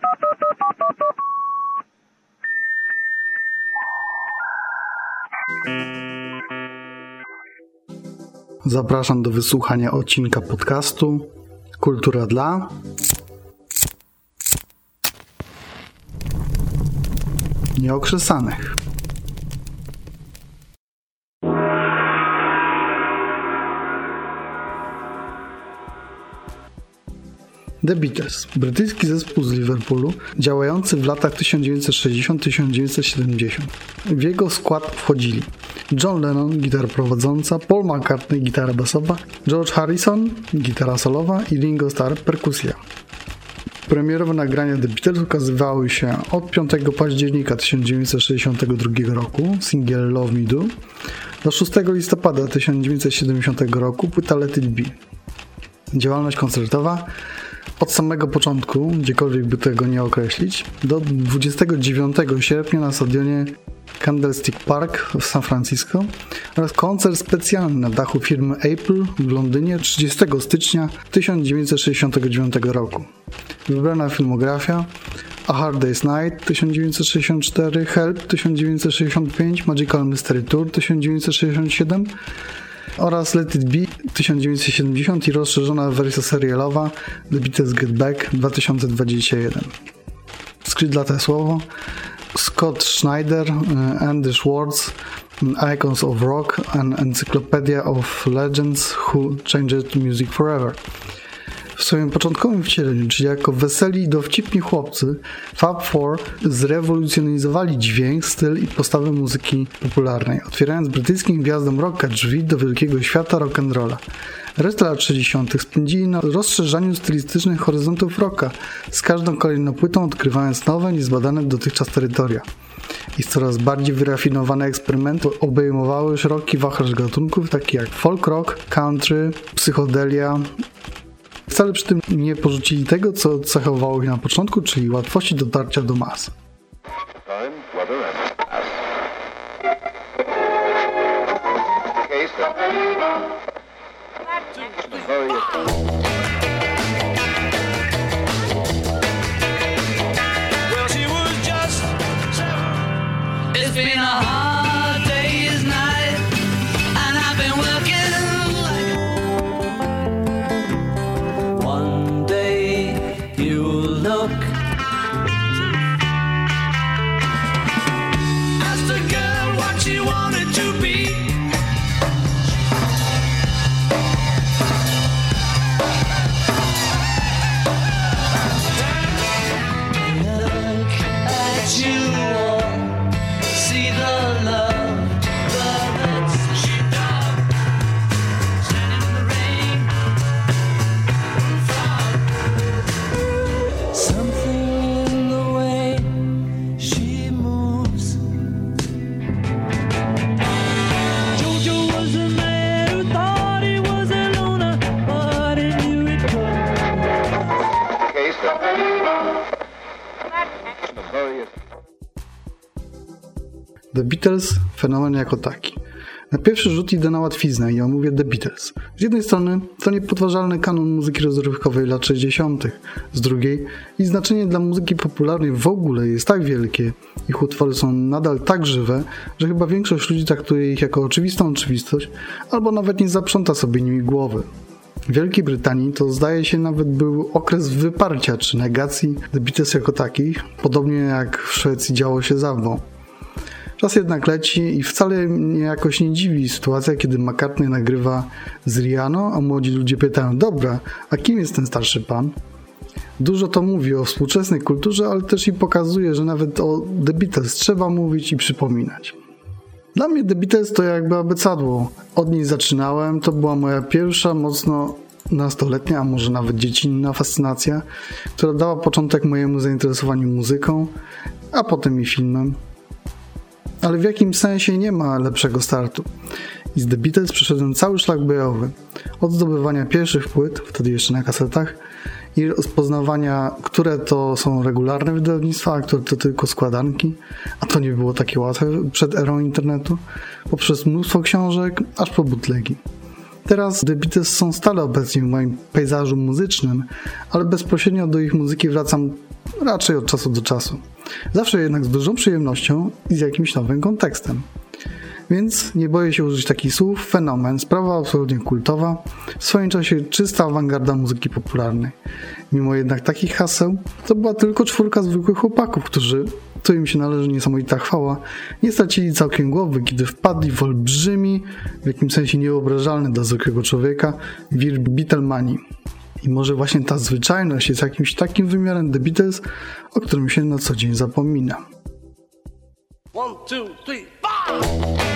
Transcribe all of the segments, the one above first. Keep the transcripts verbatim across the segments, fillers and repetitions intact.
Zapraszam do wysłuchania odcinka podcastu Kultura dla Nieokrzesanych. The Beatles, brytyjski zespół z Liverpoolu, działający w latach tysiąc dziewięćset sześćdziesiątym do tysiąc dziewięćset siedemdziesiątym. W jego skład wchodzili John Lennon, gitara prowadząca, Paul McCartney, gitara basowa, George Harrison, gitara solowa i Ringo Starr, perkusja. Premierowe nagrania The Beatles ukazywały się od piątego października tysiąc dziewięćset sześćdziesiątego drugiego roku, singiel Love Me Do, do szóstego listopada tysiąc dziewięćset siedemdziesiątego roku, płyta Let It Be. Działalność koncertowa od samego początku, gdziekolwiek by tego nie określić, do dwudziestego dziewiątego sierpnia na stadionie Candlestick Park w San Francisco oraz koncert specjalny na dachu firmy Apple w Londynie trzydziestego stycznia tysiąc dziewięćset sześćdziesiątego dziewiątego roku. Wybrana filmografia: A Hard Day's Night tysiąc dziewięćset sześćdziesiąt cztery, Help tysiąc dziewięćset sześćdziesiąt pięć, Magical Mystery Tour tysiąc dziewięćset sześćdziesiąt siedem oraz Let It Be tysiąc dziewięćset siedemdziesiąt i rozszerzona wersja serialowa The Beatles Get Back dwa tysiące dwudziesty pierwszy. Skrzydlate słowo Scott Schneider, Andy Schwartz, Icons of Rock, an Encyclopedia of Legends Who Changed Music Forever. W swoim początkowym wcieleniu, czyli jako weseli i dowcipni chłopcy, Fab Four zrewolucjonizowali dźwięk, styl i postawę muzyki popularnej, otwierając brytyjskim gwiazdom rocka drzwi do wielkiego świata rock'n'rolla. Resztę lat sześćdziesiątych spędzili na rozszerzaniu stylistycznych horyzontów rocka, z każdą kolejną płytą odkrywając nowe, niezbadane dotychczas terytoria. Ich coraz bardziej wyrafinowane eksperymenty obejmowały szeroki wachlarz gatunków, takich jak folk rock, country, psychodelia. Wcale przy tym nie porzucili tego, co cechowało ich na początku, czyli łatwości dotarcia do mas. The Beatles, fenomen jako taki. Na pierwszy rzut idę na łatwiznę i omówię The Beatles. Z jednej strony to niepodważalny kanon muzyki rozrywkowej lat sześćdziesiątych. Z drugiej ich znaczenie dla muzyki popularnej w ogóle jest tak wielkie, ich utwory są nadal tak żywe, że chyba większość ludzi traktuje ich jako oczywistą oczywistość albo nawet nie zaprząta sobie nimi głowy. W Wielkiej Brytanii to zdaje się nawet był okres wyparcia czy negacji The Beatles jako takich, podobnie jak w Szwecji działo się z Abbą. Czas jednak leci i wcale mnie jakoś nie dziwi sytuacja, kiedy McCartney nagrywa z Rihanną, a młodzi ludzie pytają: dobra, a kim jest ten starszy pan? Dużo to mówi o współczesnej kulturze, ale też i pokazuje, że nawet o The Beatles trzeba mówić i przypominać. Dla mnie The Beatles to jakby abecadło. Od niej zaczynałem, to była moja pierwsza mocno nastoletnia, a może nawet dziecinna fascynacja, która dała początek mojemu zainteresowaniu muzyką, a potem i filmem. Ale w jakimś sensie nie ma lepszego startu. I z The Beatles przeszedłem cały szlak bojowy. Od zdobywania pierwszych płyt, wtedy jeszcze na kasetach, i rozpoznawania, które to są regularne wydawnictwa, a które to tylko składanki, a to nie było takie łatwe przed erą internetu, poprzez mnóstwo książek, aż po bootlegi. Teraz The Beatles są stale obecni w moim pejzażu muzycznym, ale bezpośrednio do ich muzyki wracam raczej od czasu do czasu. Zawsze jednak z dużą przyjemnością i z jakimś nowym kontekstem. Więc nie boję się użyć takich słów, fenomen, sprawa absolutnie kultowa, w swoim czasie czysta awangarda muzyki popularnej. Mimo jednak takich haseł, to była tylko czwórka zwykłych chłopaków, którzy, to im się należy niesamowita chwała, nie stracili całkiem głowy, kiedy wpadli w olbrzymi, w jakimś sensie niewyobrażalny dla zwykłego człowieka, wir Beatlemanii. I może właśnie ta zwyczajność jest jakimś takim wymiarem The Beatles, o którym się na co dzień zapomina. One, two, three, five!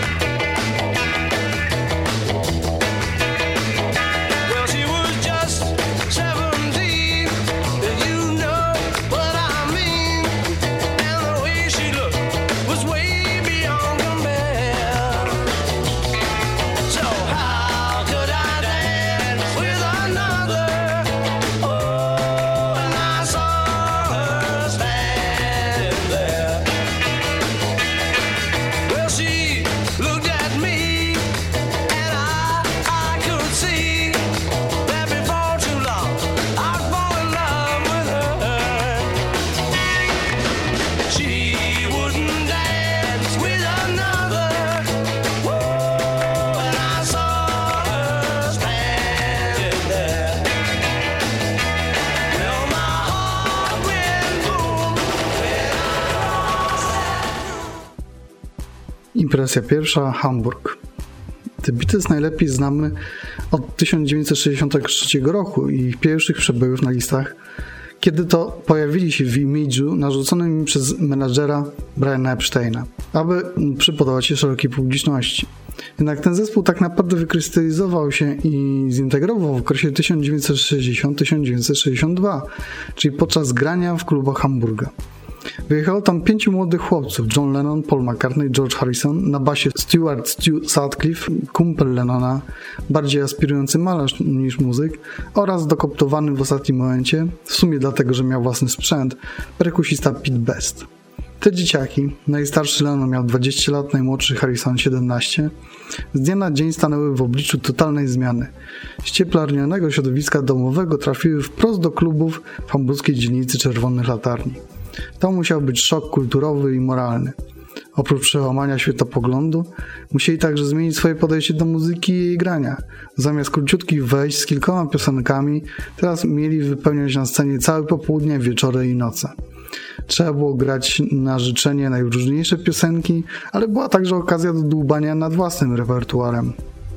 Impresja pierwsza, Hamburg. The Beatles najlepiej znamy od tysiąc dziewięćset sześćdziesiątego trzeciego roku i ich pierwszych przebojów na listach, kiedy to pojawili się w imidżu narzuconym im przez menadżera Briana Epsteina, aby przypodobać się szerokiej publiczności. Jednak ten zespół tak naprawdę wykrystalizował się i zintegrował w okresie tysiąc dziewięćset sześćdziesiątego do tysiąc dziewięćset sześćdziesiątego drugiego, czyli podczas grania w klubach Hamburga. Wyjechało tam pięciu młodych chłopców: John Lennon, Paul McCartney, George Harrison, na basie Stuart Stu Sutcliffe, kumpel Lennona, bardziej aspirujący malarz niż muzyk, oraz dokoptowany w ostatnim momencie, w sumie dlatego, że miał własny sprzęt, perkusista Pete Best. Te dzieciaki, najstarszy Lennon miał dwadzieścia lat, najmłodszy Harrison siedemnaście, z dnia na dzień stanęły w obliczu totalnej zmiany. Z cieplarnianego środowiska domowego trafiły wprost do klubów w hamburskiej dzielnicy Czerwonych Latarni. To musiał być szok kulturowy i moralny. Oprócz przełamania światopoglądu, musieli także zmienić swoje podejście do muzyki i jej grania. Zamiast króciutkich wejść z kilkoma piosenkami, teraz mieli wypełniać na scenie całe popołudnie, wieczory i noce. Trzeba było grać na życzenie najróżniejsze piosenki, ale była także okazja do dłubania nad własnym repertuarem.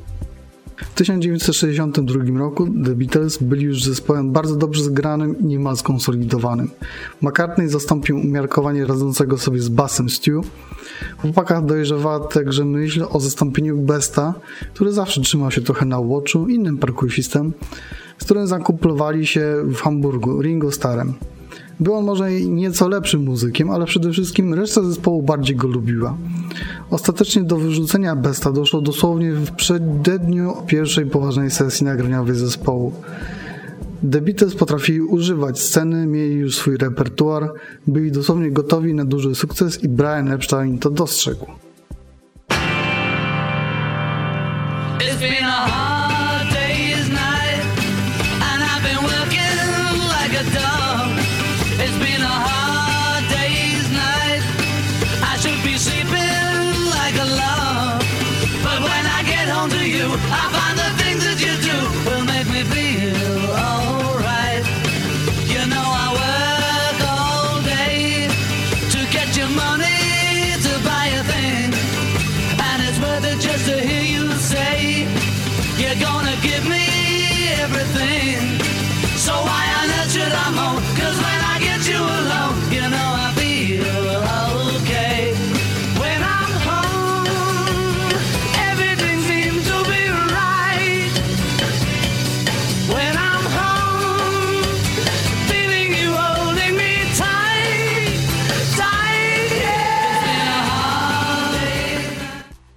W tysiąc dziewięćset sześćdziesiątym drugim roku The Beatles byli już zespołem bardzo dobrze zgranym i niemal skonsolidowanym. McCartney zastąpił umiarkowanie radzącego sobie z basem Stu. W chłopakach dojrzewała także myśl o zastąpieniu Besta, który zawsze trzymał się trochę na łoczu, innym perkusistem, z którym zakuplowali się w Hamburgu, Ringo Starrem. Był on może nieco lepszym muzykiem, ale przede wszystkim reszta zespołu bardziej go lubiła. Ostatecznie do wyrzucenia Besta doszło dosłownie w przededniu pierwszej poważnej sesji nagraniowej zespołu. The Beatles potrafili używać sceny, mieli już swój repertuar, byli dosłownie gotowi na duży sukces i Brian Epstein to dostrzegł.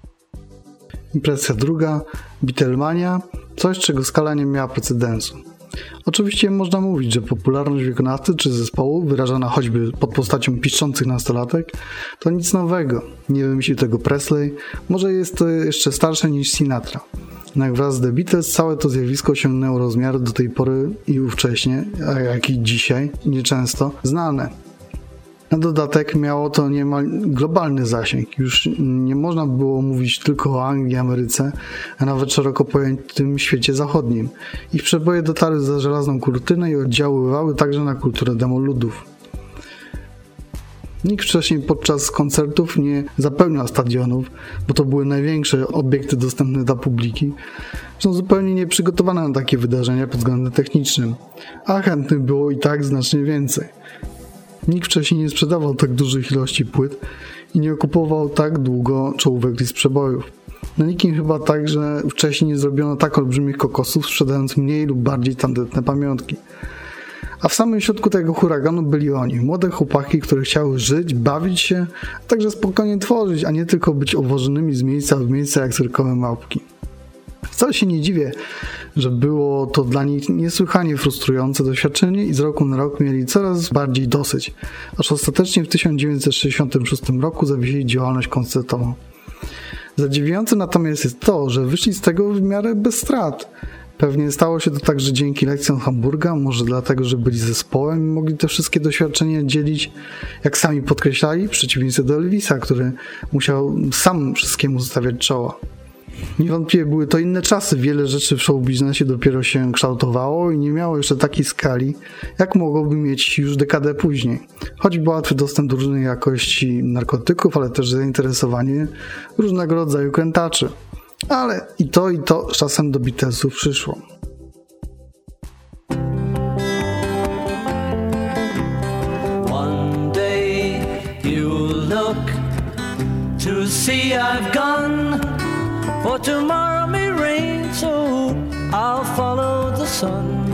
Impresja druga, Beatlemania, coś czego skala nie miała precedensu. Oczywiście można mówić, że popularność wykonawcy czy zespołu, wyrażana choćby pod postacią piszczących nastolatek, to nic nowego. Nie wymyślił tego Presley, może jest to jeszcze starsze niż Sinatra. Jednak wraz z The Beatles całe to zjawisko osiągnęło rozmiary do tej pory i ówcześnie, a jak i dzisiaj, nieczęsto znane. Na dodatek miało to niemal globalny zasięg. Już nie można było mówić tylko o Anglii, Ameryce, a nawet szeroko pojętym świecie zachodnim. Ich przeboje dotarły za żelazną kurtynę i oddziaływały także na kulturę demoludów. Nikt wcześniej podczas koncertów nie zapełniał stadionów, bo to były największe obiekty dostępne dla publiki. Są zupełnie nieprzygotowane na takie wydarzenia pod względem technicznym, a chętnych było i tak znacznie więcej. Nikt wcześniej nie sprzedawał tak dużych ilości płyt i nie okupował tak długo czołówek list przebojów. Na nikim chyba także wcześniej nie zrobiono tak olbrzymich kokosów, sprzedając mniej lub bardziej tandetne pamiątki. A w samym środku tego huraganu byli oni, młode chłopaki, które chciały żyć, bawić się, a także spokojnie tworzyć, a nie tylko być obwożonymi z miejsca w miejsce jak cyrkowe małpki. Wcale się nie dziwię, że było to dla nich niesłychanie frustrujące doświadczenie i z roku na rok mieli coraz bardziej dosyć, aż ostatecznie w tysiąc dziewięćset sześćdziesiątym szóstym roku zawiesili działalność koncertową. Zadziwiające natomiast jest to, że wyszli z tego w miarę bez strat. Pewnie stało się to także dzięki lekcjom Hamburga, może dlatego, że byli zespołem i mogli te wszystkie doświadczenia dzielić, jak sami podkreślali, w przeciwieństwie do Elvisa, który musiał sam wszystkiemu stawiać czoła. Niewątpliwie były to inne czasy, wiele rzeczy w showbiznesie dopiero się kształtowało i nie miało jeszcze takiej skali, jak mogłoby mieć już dekadę później. Choćby łatwy dostęp do różnej jakości narkotyków, ale też zainteresowanie różnego rodzaju krętaczy. Ale i to, i to z czasem do Beatlesów przyszło. One day you'll look to see I've gone, for tomorrow may rain, so I'll follow the sun.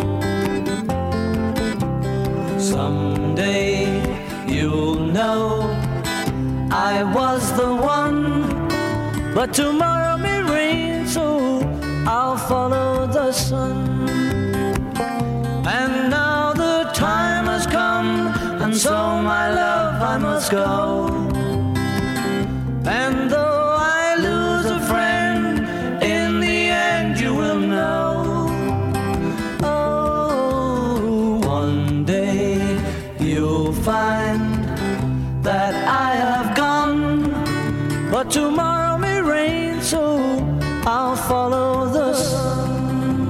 Someday you'll know I was the one, but tomorrow may rain, so I'll follow the sun. And now the time has come, and so my love I must go. And though I lose a friend, in the end you will know. Oh, one day you'll find that I have gone, but tomorrow may rain, so I'll follow the sun.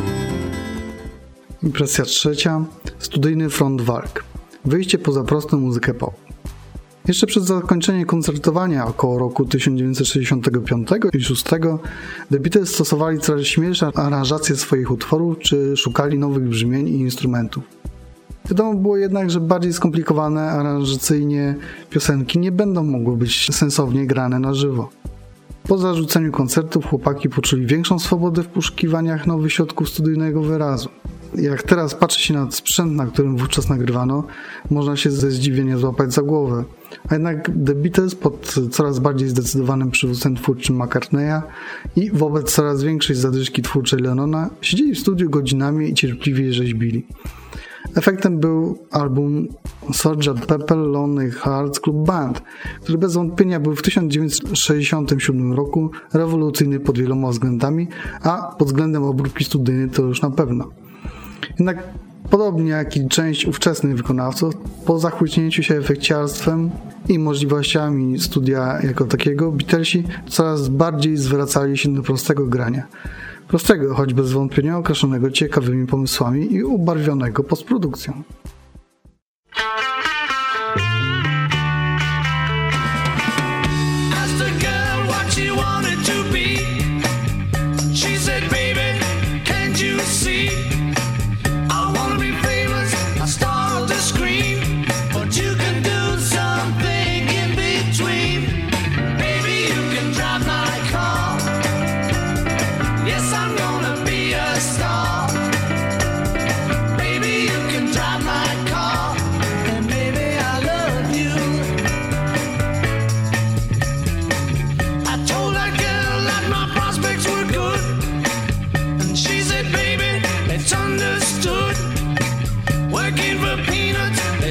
Impresja trzecia. Studyjny front walk. Wyjście poza prostą muzykę pop. Jeszcze przed zakończeniem koncertowania około roku tysiąc dziewięćset sześćdziesiątego piątego i szóstego The Beatles stosowali coraz śmielsze aranżacje swoich utworów czy szukali nowych brzmień i instrumentów. Wiadomo było jednak, że bardziej skomplikowane aranżacyjnie piosenki nie będą mogły być sensownie grane na żywo. Po zarzuceniu koncertów chłopaki poczuli większą swobodę w poszukiwaniach nowych środków studyjnego wyrazu. Jak teraz patrzy się na sprzęt, na którym wówczas nagrywano, można się ze zdziwienia złapać za głowę. A jednak The Beatles pod coraz bardziej zdecydowanym przywództwem twórczym McCartneya i wobec coraz większej zadyszki twórczej Lennona siedzieli w studiu godzinami i cierpliwie rzeźbili. Efektem był album sergeant Pepper Lonely Hearts Club Band, który bez wątpienia był w tysiąc dziewięćset sześćdziesiątym siódmym roku rewolucyjny pod wieloma względami, a pod względem obróbki studyjnej to już na pewno. Jednak podobnie jak i część ówczesnych wykonawców, po zachwycnięciu się efekciarstwem i możliwościami studia jako takiego, Beatlesi coraz bardziej zwracali się do prostego grania. Prostego, choć bez wątpienia okraszonego ciekawymi pomysłami i ubarwionego postprodukcją. I'm gonna be a star. Baby, you can drive my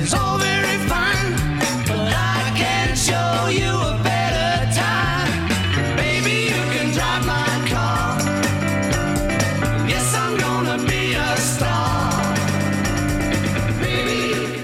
It's all very fine, but I can show you a better time. Baby, you can drive my car. Yes, I'm gonna be a star. Baby.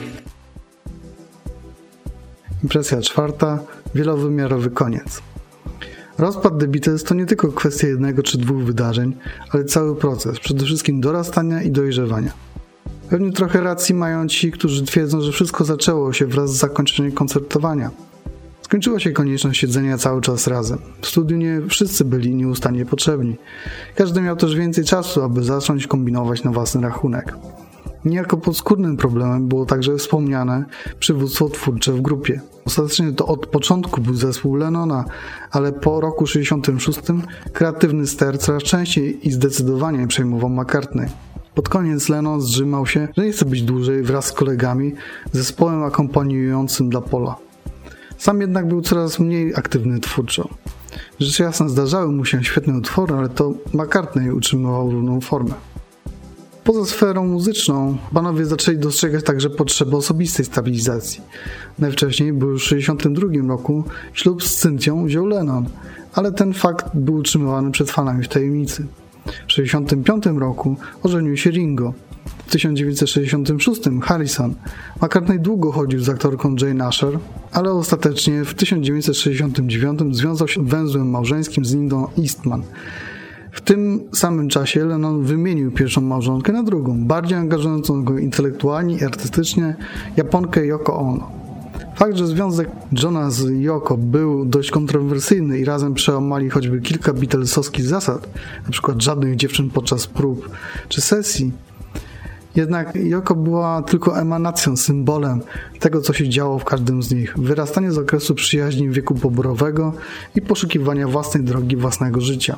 Impresja czwarta. Wielowymiarowy koniec. Rozpad The Beatles to nie tylko kwestia jednego czy dwóch wydarzeń, ale cały proces, przede wszystkim dorastania i dojrzewania. Pewnie trochę racji mają ci, którzy twierdzą, że wszystko zaczęło się wraz z zakończeniem koncertowania. Skończyła się konieczność siedzenia cały czas razem. W studiu nie wszyscy byli nieustannie potrzebni. Każdy miał też więcej czasu, aby zacząć kombinować na własny rachunek. Niejako podskórnym problemem było także wspomniane przywództwo twórcze w grupie. Ostatecznie to od początku był zespół Lennona, ale po roku sześćdziesiątym szóstym kreatywny ster coraz częściej i zdecydowanie przejmował McCartney. Pod koniec Lennon zrzymał się, że nie chce być dłużej wraz z kolegami zespołem akompaniującym dla Paula. Sam jednak był coraz mniej aktywny twórczo. Rzecz jasna zdarzały mu się świetne utwory, ale to McCartney utrzymywał równą formę. Poza sferą muzyczną panowie zaczęli dostrzegać także potrzebę osobistej stabilizacji. Najwcześniej, bo już w sześćdziesiątym drugim roku, ślub z Cynthią wziął Lennon, ale ten fakt był utrzymywany przed fanami w tajemnicy. W sześćdziesiątym piątym roku ożenił się Ringo. W tysiąc dziewięćset sześćdziesiątym szóstym Harrison. McCartney długo chodził z aktorką Jane Asher, ale ostatecznie w tysiąc dziewięćset sześćdziesiątym dziewiątym związał się węzłem małżeńskim z Lindą Eastman. W tym samym czasie Lennon wymienił pierwszą małżonkę na drugą, bardziej angażującą go intelektualnie i artystycznie, Japonkę Yoko Ono. Fakt, że związek Johna z Yoko był dość kontrowersyjny i razem przełamali choćby kilka beatlesowskich zasad, np. żadnych dziewczyn podczas prób czy sesji, jednak Yoko była tylko emanacją, symbolem tego, co się działo w każdym z nich. Wyrastanie z okresu przyjaźni wieku poborowego i poszukiwania własnej drogi, własnego życia.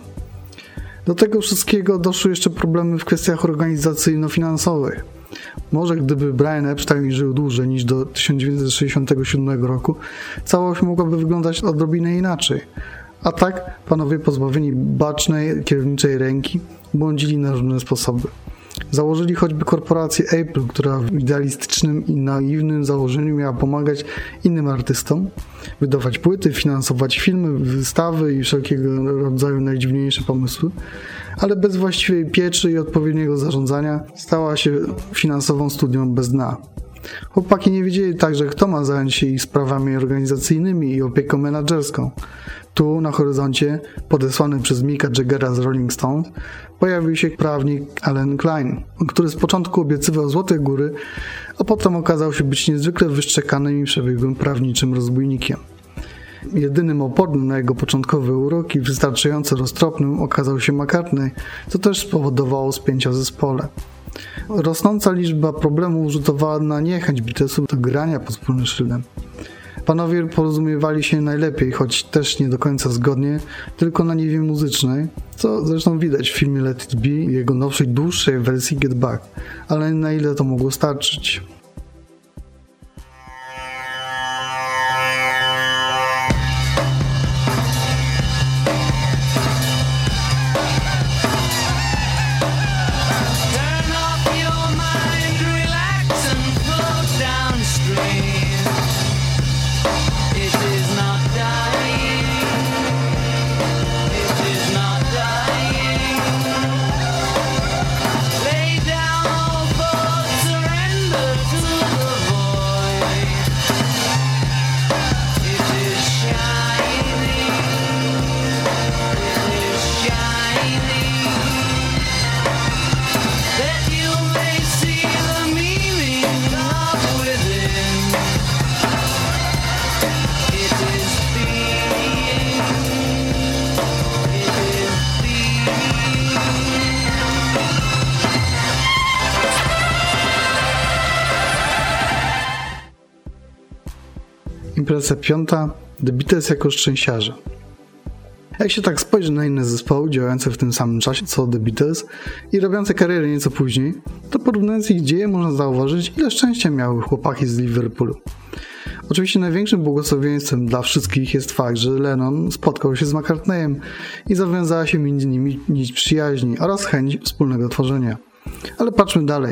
Do tego wszystkiego doszły jeszcze problemy w kwestiach organizacyjno-finansowych. Może gdyby Brian Epstein żył dłużej niż do tysiąc dziewięćset sześćdziesiątego siódmego roku, całość mogłaby wyglądać odrobinę inaczej. A tak panowie pozbawieni bacznej, kierowniczej ręki błądzili na różne sposoby. Założyli choćby korporację Apple, która w idealistycznym i naiwnym założeniu miała pomagać innym artystom, wydawać płyty, finansować filmy, wystawy i wszelkiego rodzaju najdziwniejsze pomysły, ale bez właściwej pieczy i odpowiedniego zarządzania stała się finansową studią bez dna. Chłopaki nie wiedzieli także, kto ma zająć się ich sprawami organizacyjnymi i opieką menadżerską. Tu na horyzoncie, podesłany przez Micka Jaggera z Rolling Stones, pojawił się prawnik Alan Klein, który z początku obiecywał złote góry, a potem okazał się być niezwykle wyszczekanym i przebiegłym prawniczym rozbójnikiem. Jedynym opornym na jego początkowe uroki, wystarczająco roztropnym, okazał się McCartney, co też spowodowało spięcia w zespole. Rosnąca liczba problemów rzutowała na niechęć Beatlesów do grania pod wspólnym szyldem. Panowie porozumiewali się najlepiej, choć też nie do końca zgodnie, tylko na niwie muzycznej, co zresztą widać w filmie Let It Be i jego nowszej, dłuższej wersji Get Back, ale na ile to mogło starczyć. Impreza piąta. The Beatles jako szczęściarze. Jak się tak spojrzy na inne zespoły działające w tym samym czasie co The Beatles i robiące karierę nieco później, to porównując ich dzieje można zauważyć, ile szczęścia miały chłopaki z Liverpoolu. Oczywiście największym błogosławieństwem dla wszystkich jest fakt, że Lennon spotkał się z McCartneyem i zawiązała się między nimi nić przyjaźni oraz chęć wspólnego tworzenia. Ale patrzmy dalej.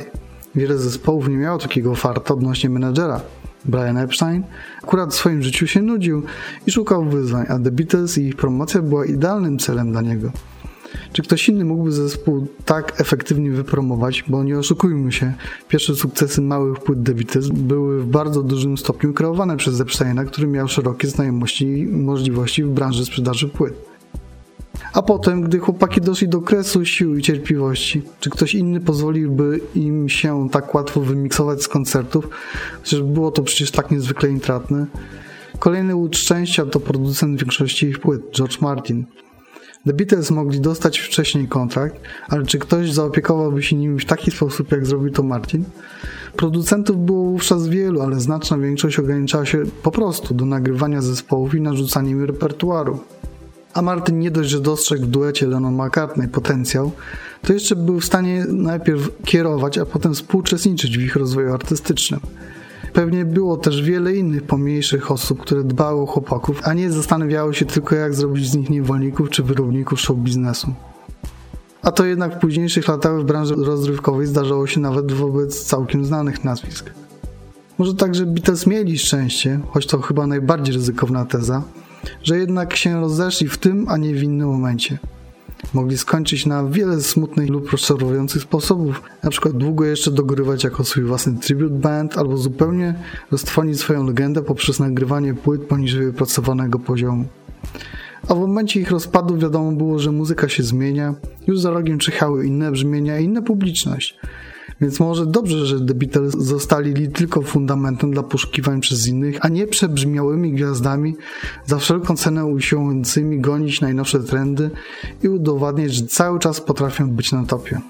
Wiele zespołów nie miało takiego farta odnośnie menadżera. Brian Epstein akurat w swoim życiu się nudził i szukał wyzwań, a The Beatles i ich promocja była idealnym celem dla niego. Czy ktoś inny mógłby zespół tak efektywnie wypromować, bo nie oszukujmy się, pierwsze sukcesy małych płyt The Beatles były w bardzo dużym stopniu kreowane przez Epsteina, który miał szerokie znajomości i możliwości w branży sprzedaży płyt. A potem, gdy chłopaki doszli do kresu sił i cierpliwości, czy ktoś inny pozwoliłby im się tak łatwo wymiksować z koncertów, chociaż było to przecież tak niezwykle intratne? Kolejny łód szczęścia to producent większości ich płyt, George Martin. The Beatles mogli dostać wcześniej kontrakt, ale czy ktoś zaopiekowałby się nimi w taki sposób, jak zrobił to Martin? Producentów było wówczas wielu, ale znaczna większość ograniczała się po prostu do nagrywania zespołów i narzucania im repertuaru. A Martin nie dość, że dostrzegł w duecie Lennon-McCartney potencjał, to jeszcze był w stanie najpierw kierować, a potem współuczestniczyć w ich rozwoju artystycznym. Pewnie było też wiele innych pomniejszych osób, które dbały o chłopaków, a nie zastanawiały się tylko, jak zrobić z nich niewolników czy wyrobników show biznesu. A to jednak w późniejszych latach w branży rozrywkowej zdarzało się nawet wobec całkiem znanych nazwisk. Może także Beatles mieli szczęście, choć to chyba najbardziej ryzykowna teza, że jednak się rozeszli w tym, a nie w innym momencie. Mogli skończyć na wiele smutnych lub rozczarowujących sposobów, na przykład długo jeszcze dogrywać jako swój własny tribute band, albo zupełnie roztrwonić swoją legendę poprzez nagrywanie płyt poniżej wypracowanego poziomu. A w momencie ich rozpadu wiadomo było, że muzyka się zmienia, już za rogiem czyhały inne brzmienia i inna publiczność. Więc może dobrze, że The Beatles zostali tylko fundamentem dla poszukiwań przez innych, a nie przebrzmiałymi gwiazdami za wszelką cenę usiłującymi gonić najnowsze trendy i udowadniać, że cały czas potrafią być na topie.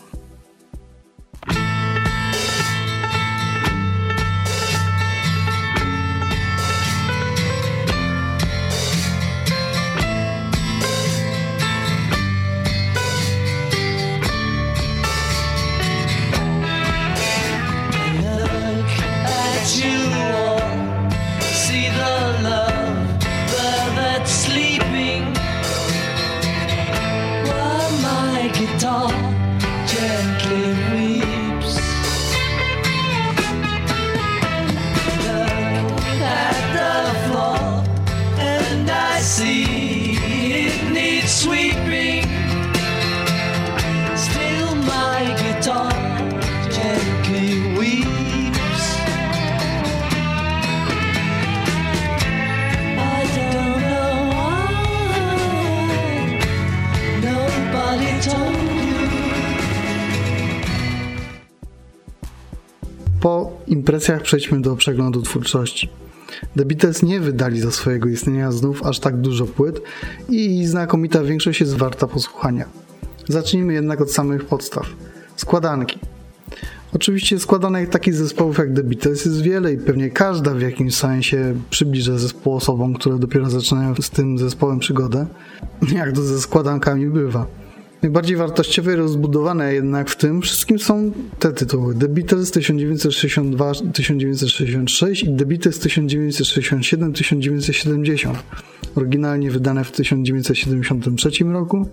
Po impresjach przejdźmy do przeglądu twórczości. The Beatles nie wydali za swojego istnienia znów aż tak dużo płyt i znakomita większość jest warta posłuchania. Zacznijmy jednak od samych podstaw. Składanki. Oczywiście składanek takich zespołów jak The Beatles jest wiele i pewnie każda w jakimś sensie przybliża zespół osobom, które dopiero zaczynają z tym zespołem przygodę, jak to ze składankami bywa. Najbardziej wartościowe i rozbudowane jednak w tym wszystkim są te tytuły: The Beatles tysiąc dziewięćset sześćdziesiąt dwa do tysiąc dziewięćset sześćdziesiąt sześć i The Beatles tysiąc dziewięćset sześćdziesiąt siedem do tysiąc dziewięćset siedemdziesiąt, oryginalnie wydane w tysiąc dziewięćset siedemdziesiątym trzecim roku,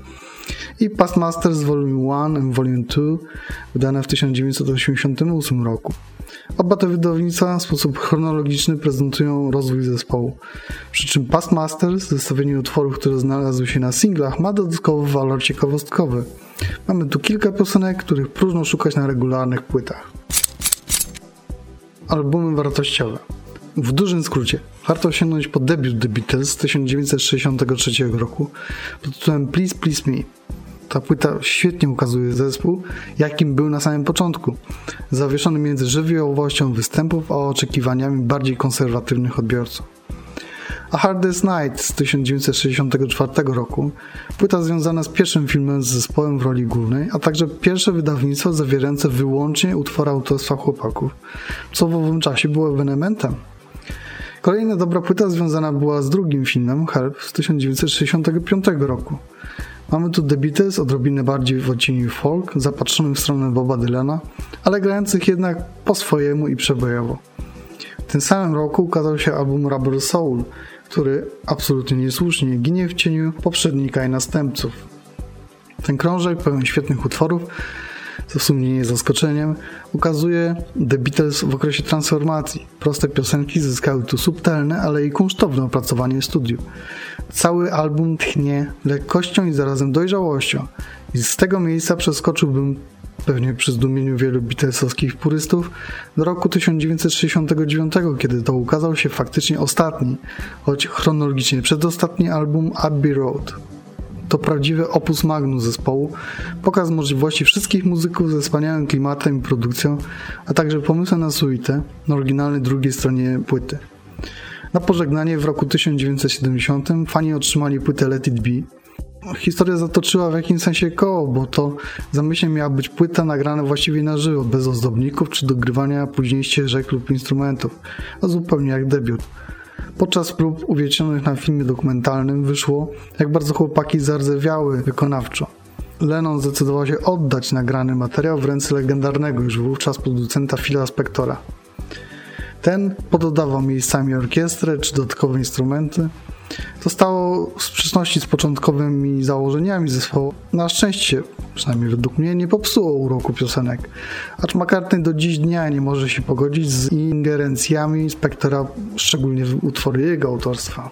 i Past Masters Volume jeden and Volume dwa, wydane w tysiąc dziewięćset osiemdziesiątym ósmym roku. Oba te wydawnictwa w sposób chronologiczny prezentują rozwój zespołu, przy czym Past Masters w zestawieniu utworów, które znalazły się na singlach, ma dodatkowy walor ciekawostkowy. Mamy tu kilka piosenek, których próżno szukać na regularnych płytach. Albumy wartościowe. W dużym skrócie, warto sięgnąć po debiut The Beatles z tysiąc dziewięćset sześćdziesiątego trzeciego roku pod tytułem Please Please Me. Ta płyta świetnie ukazuje zespół, jakim był na samym początku, zawieszony między żywiołowością występów a oczekiwaniami bardziej konserwatywnych odbiorców. A Hardest Night z tysiąc dziewięćset sześćdziesiątego czwartego roku, płyta związana z pierwszym filmem z zespołem w roli głównej, a także pierwsze wydawnictwo zawierające wyłącznie utwory autorstwa chłopaków, co w owym czasie było ewenementem. Kolejna dobra płyta związana była z drugim filmem, Help, z tysiąc dziewięćset sześćdziesiątego piątego roku. Mamy tu The Beatles, odrobinę bardziej w odcieniu folk, zapatrzonym w stronę Boba Dylana, ale grających jednak po swojemu i przebojowo. W tym samym roku ukazał się album Rubber Soul, który absolutnie niesłusznie ginie w cieniu poprzednika i następców. Ten krążek pełen świetnych utworów co w sumie nie jest zaskoczeniem, ukazuje The Beatles w okresie transformacji. Proste piosenki zyskały tu subtelne, ale i kunsztowne opracowanie w studiu. Cały album tchnie lekkością i zarazem dojrzałością. I z tego miejsca przeskoczyłbym, pewnie przy zdumieniu wielu beatlesowskich purystów, do roku tysiąc dziewięćset sześćdziesiątego dziewiątego, kiedy to ukazał się faktycznie ostatni, choć chronologicznie przedostatni album Abbey Road. To prawdziwy opus magnum zespołu, pokaz możliwości wszystkich muzyków ze wspaniałym klimatem i produkcją, a także pomysłem na suite na oryginalnej drugiej stronie płyty. Na pożegnanie w roku tysiąc dziewięćset siedemdziesiątym fani otrzymali płytę Let It Be. Historia zatoczyła w jakimś sensie koło, bo to zamyślnie miała być płyta nagrana właściwie na żywo, bez ozdobników czy dogrywania później ścieżek lub instrumentów, a zupełnie jak debiut. Podczas prób uwiecznionych na filmie dokumentalnym wyszło, jak bardzo chłopaki zardzewiały wykonawczo. Lennon zdecydował się oddać nagrany materiał w ręce legendarnego już wówczas producenta Phila Spectora. Ten pododawał miejscami orkiestrę czy dodatkowe instrumenty. To stało w sprzeczności z początkowymi założeniami zespołu. Na szczęście, przynajmniej według mnie, nie popsuło uroku piosenek, acz McCartney do dziś dnia nie może się pogodzić z ingerencjami Spectora, szczególnie w utwory jego autorstwa.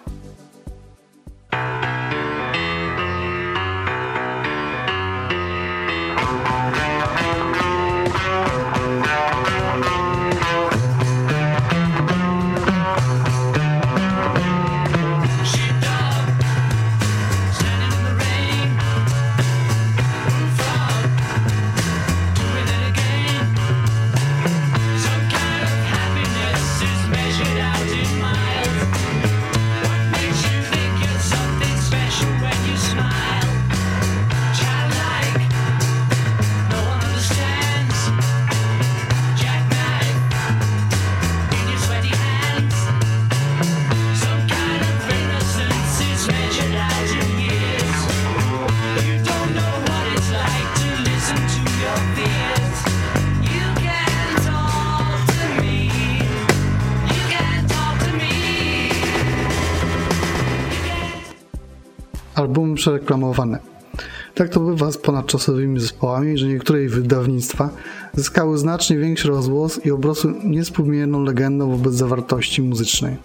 Albumy przereklamowane. Tak to bywa z ponadczasowymi zespołami, że niektóre ich wydawnictwa zyskały znacznie większy rozgłos i obrosły niewspółmierną legendą wobec zawartości muzycznej.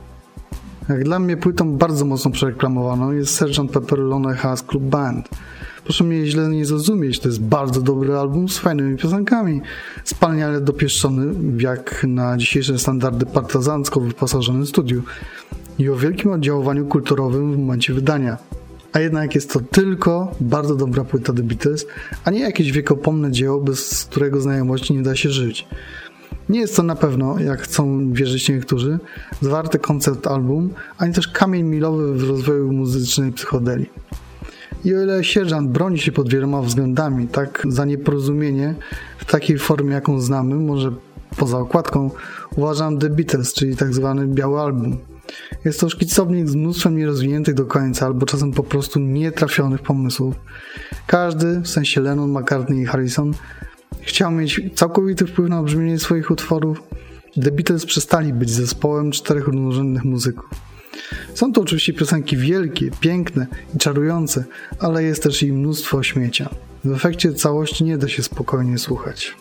Jak dla mnie płytą bardzo mocno przereklamowaną jest sergeant Pepper Lonely Hearts Club Band. Proszę mnie źle nie zrozumieć, to jest bardzo dobry album z fajnymi piosenkami, wspaniale dopieszczony jak na dzisiejsze standardy partyzancko wyposażonym studiu i o wielkim oddziaływaniu kulturowym w momencie wydania. A jednak jest to tylko bardzo dobra płyta The Beatles, a nie jakieś wiekopomne dzieło, bez którego znajomości nie da się żyć. Nie jest to na pewno, jak chcą wierzyć niektórzy, zwarty koncept album, ani też kamień milowy w rozwoju muzycznej psychodelii. I o ile sierżant broni się pod wieloma względami, tak za nieporozumienie w takiej formie, jaką znamy, może poza okładką, uważam The Beatles, czyli tak zwany biały album. Jest to szkicownik z mnóstwem nierozwiniętych do końca, albo czasem po prostu nietrafionych pomysłów. Każdy, w sensie Lennon, McCartney i Harrison, chciał mieć całkowity wpływ na brzmienie swoich utworów. The Beatles przestali być zespołem czterech równorzędnych muzyków. Są to oczywiście piosenki wielkie, piękne i czarujące, ale jest też i mnóstwo śmiecia. W efekcie całości nie da się spokojnie słuchać.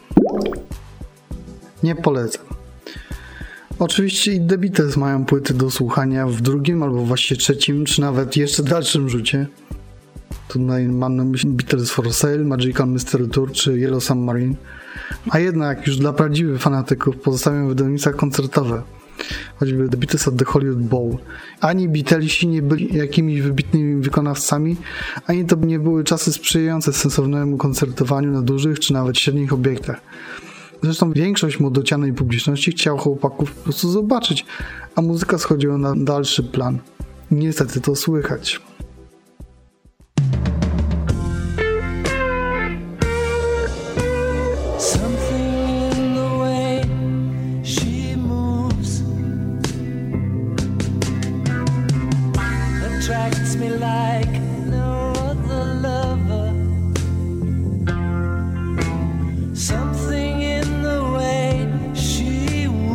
Nie polecam. Oczywiście i The Beatles mają płyty do słuchania w drugim albo właściwie trzecim, czy nawet jeszcze dalszym rzucie. Tutaj mam na myśli Beatles for Sale, Magical Mystery Tour czy Yellow Submarine. A jednak już dla prawdziwych fanatyków pozostawiam wydawnictwa koncertowe, choćby The Beatles at the Hollywood Bowl. Ani Beatlesi nie byli jakimiś wybitnymi wykonawcami, ani to nie były czasy sprzyjające sensownemu koncertowaniu na dużych czy nawet średnich obiektach. Zresztą większość młodocianej publiczności chciała chłopaków po prostu zobaczyć, a muzyka schodziła na dalszy plan. Niestety to słychać.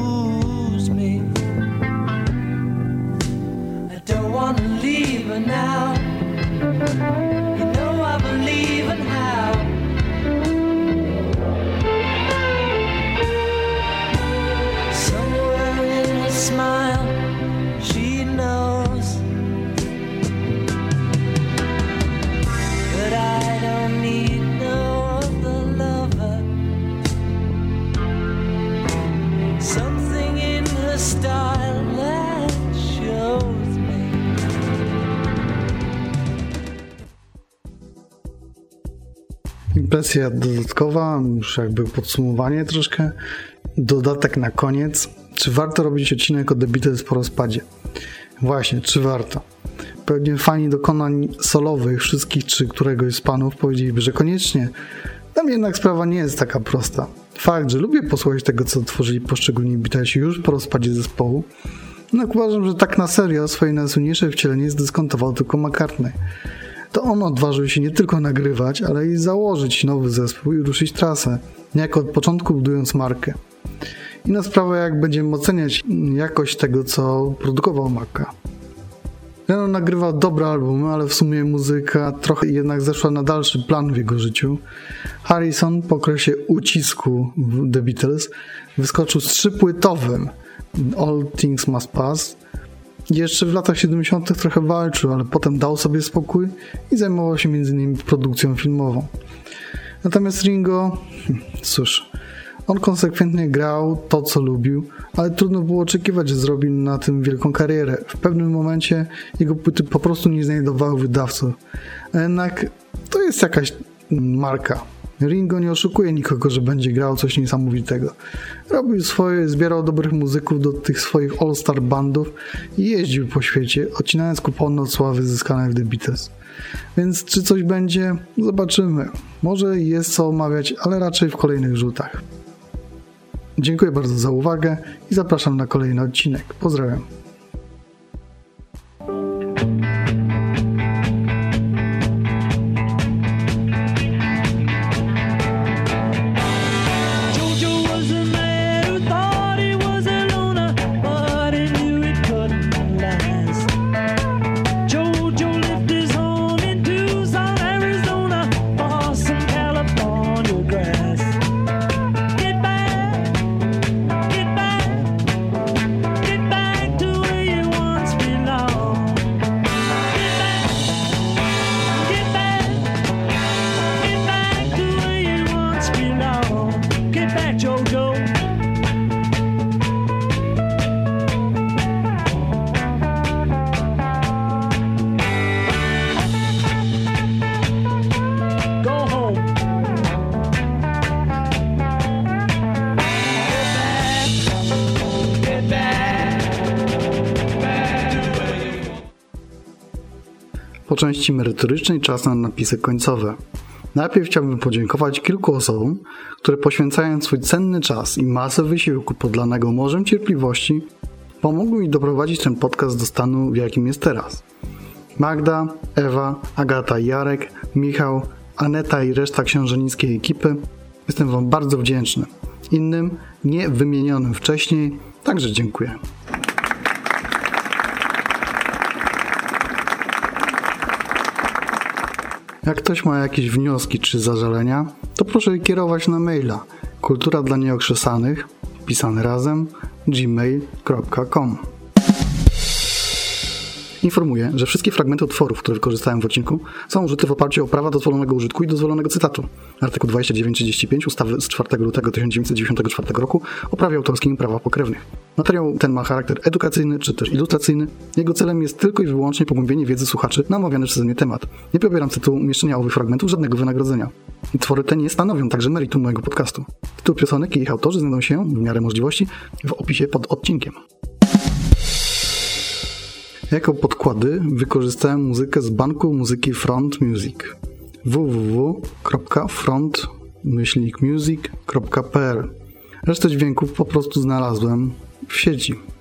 Now Impresja dodatkowa, już jakby podsumowanie troszkę. Dodatek na koniec. Czy warto robić odcinek o The Beatles po rozpadzie? Właśnie, czy warto? Pewnie fani dokonań solowych wszystkich czy któregoś z panów powiedzieliby, że koniecznie. Tam jednak sprawa nie jest taka prosta. Fakt, że lubię posłuchać tego, co tworzyli poszczególni Beatlesi już po rozpadzie zespołu, jednak uważam, że tak na serio swoje najsłynniejsze wcielenie zdyskontował tylko McCartney. To on odważył się nie tylko nagrywać, ale i założyć nowy zespół i ruszyć trasę, niejako od początku budując markę. Inna sprawa, jak będziemy oceniać jakość tego, co produkował Macca. Lennon nagrywał dobre albumy, ale w sumie muzyka trochę jednak zeszła na dalszy plan w jego życiu. Harrison po okresie ucisku w The Beatles wyskoczył z trzypłytowym All Things Must Pass. Jeszcze w latach siedemdziesiątych trochę walczył, ale potem dał sobie spokój i zajmował się między innymi produkcją filmową. Natomiast Ringo, cóż, on konsekwentnie grał to, co lubił, ale trudno było oczekiwać, że zrobi na tym wielką karierę. W pewnym momencie jego płyty po prostu nie znajdowały wydawców. A jednak to jest jakaś marka. Ringo nie oszukuje nikogo, że będzie grał coś niesamowitego. Robił swoje, zbierał dobrych muzyków do tych swoich all-star bandów i jeździł po świecie, odcinając kupony od sławy zyskanej w The Beatles. Więc czy coś będzie? Zobaczymy. Może jest co omawiać, ale raczej w kolejnych rzutach. Dziękuję bardzo za uwagę i zapraszam na kolejny odcinek. Pozdrawiam. Po części merytorycznej czas na napisy końcowe. Najpierw chciałbym podziękować kilku osobom, które poświęcając swój cenny czas i masę wysiłku podlanego morzem cierpliwości, pomogły mi doprowadzić ten podcast do stanu, w jakim jest teraz. Magda, Ewa, Agata i Jarek, Michał, Aneta i reszta książenińskiej ekipy. Jestem wam bardzo wdzięczny. Innym, nie wymienionym wcześniej, także dziękuję. Jak ktoś ma jakieś wnioski czy zażalenia, to proszę je kierować na maila kultura dla nieokrzesanych, pisane razem, gmail kropka com. Informuję, że wszystkie fragmenty utworów, które wykorzystałem w odcinku, są użyte w oparciu o prawa dozwolonego użytku i dozwolonego cytatu. Artykuł dwadzieścia dziewięć trzydzieści pięć ustawy z czwartego lutego tysiąc dziewięćset dziewięćdziesiątego czwartego roku o prawie autorskim i prawach pokrewnych. Materiał ten ma charakter edukacyjny czy też ilustracyjny. Jego celem jest tylko i wyłącznie pogłębienie wiedzy słuchaczy na omawiany przeze mnie temat. Nie pobieram tytułu umieszczenia owych fragmentów żadnego wynagrodzenia. Utwory te nie stanowią także meritum mojego podcastu. Tytuł piosenek i ich autorzy znajdą się, w miarę możliwości, w opisie pod odcinkiem. Jako podkłady wykorzystałem muzykę z banku muzyki Front Music w w w kropka front music kropka p l. Resztę dźwięków po prostu znalazłem w sieci.